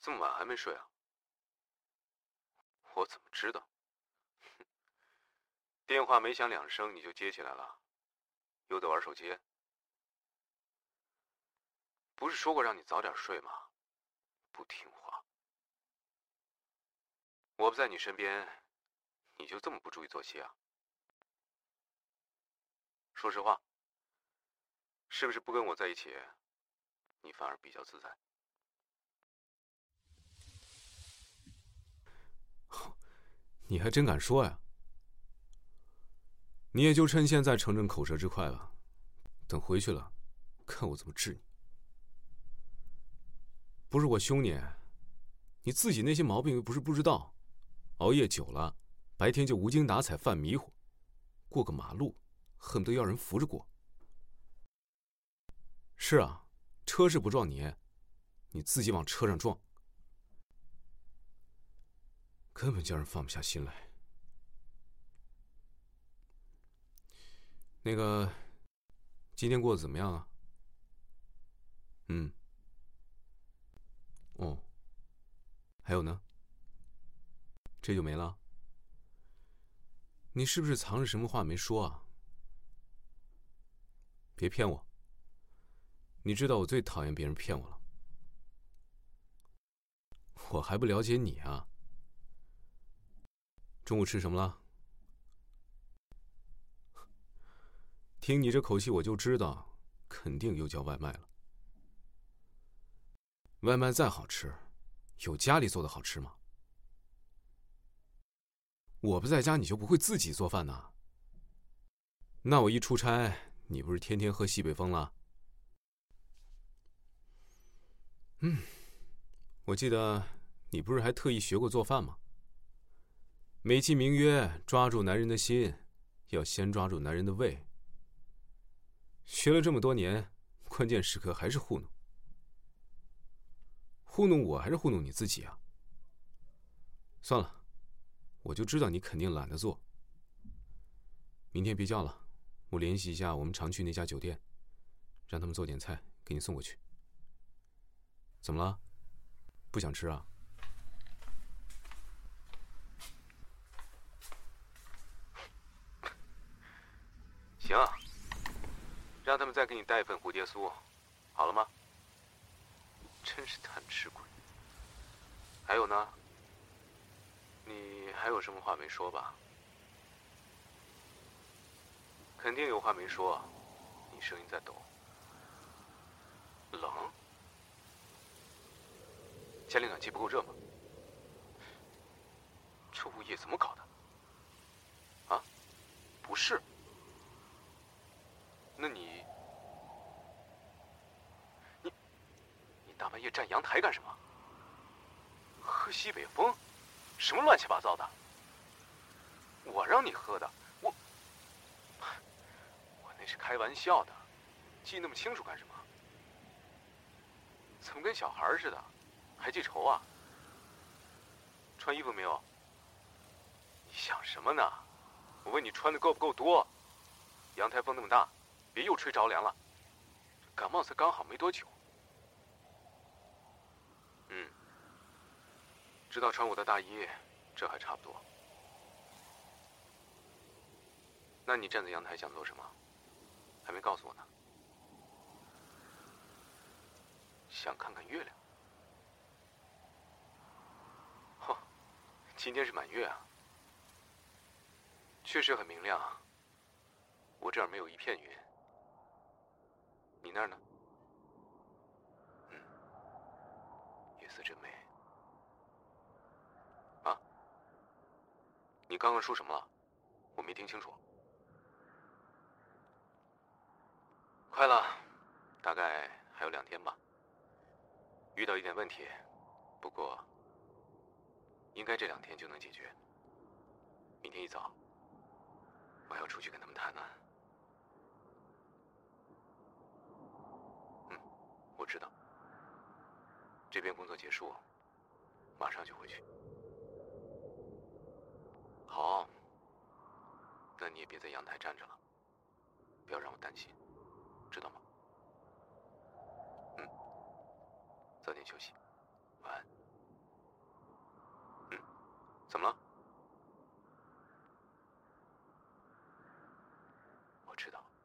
这么晚还没睡啊？我怎么知道？电话没响2声你就接起来了，又在玩手机？不是说过让你早点睡吗？不听话。我不在你身边，你就这么不注意作息啊？说实话，是不是不跟我在一起，你反而比较自在？ 你还真敢说呀！你也就趁现在逞逞口舌之快吧，等回去了，看我怎么治你。不是我凶你，你自己那些毛病又不是不知道，熬夜久了，白天就无精打采、犯迷糊，过个马路恨不得要人扶着过。是啊，车是不撞你，你自己往车上撞，根本叫人放不下心来。那个，今天过得怎么样啊？哦，还有呢？这就没了？你是不是藏着什么话没说啊？别骗我！你知道我最讨厌别人骗我了。我还不了解你啊？中午吃什么了？听你这口气我就知道，肯定又叫外卖了。外卖再好吃，有家里做的好吃吗？我不在家，你就不会自己做饭呐？那我一出差，你不是天天喝西北风了？我记得你不是还特意学过做饭吗？美其名曰抓住男人的心，要先抓住男人的胃。学了这么多年，关键时刻还是糊弄。糊弄我还是糊弄你自己啊？算了，我就知道你肯定懒得做。明天别叫了，我联系一下我们常去那家酒店，让他们做点菜给你送过去。怎么了？不想吃啊？ 行啊，让他们再给你带一份蝴蝶酥，好了吗？真是贪吃鬼。还有呢？你还有什么话没说吧？肯定有话没说，你声音在抖。冷？家里暖气不够热吗？这物业怎么搞的？啊？不是？那你大半夜站阳台干什么？喝西北风？什么乱七八糟的？我让你喝的，我那是开玩笑的，记那么清楚干什么？怎么跟小孩似的，还记仇啊？穿衣服没有？你想什么呢？我问你穿的够不够多？阳台风那么大，别又吹着凉了。感冒才刚好没多久。知道穿我的大衣，这还差不多。那你站在阳台想做什么？还没告诉我呢。想看看月亮。嚯，今天是满月啊，确实很明亮。我这儿没有一片云。你那儿呢？月色真美。啊？你刚刚说什么了？我没听清楚。快了，大概还有2天吧。遇到一点问题，不过应该这2天就能解决。明天一早，我还要出去跟他们谈呢。我知道。这边工作结束，马上就回去。好，那你也别在阳台站着了，不要让我担心，知道吗？早点休息，晚安。 怎么了？我知道。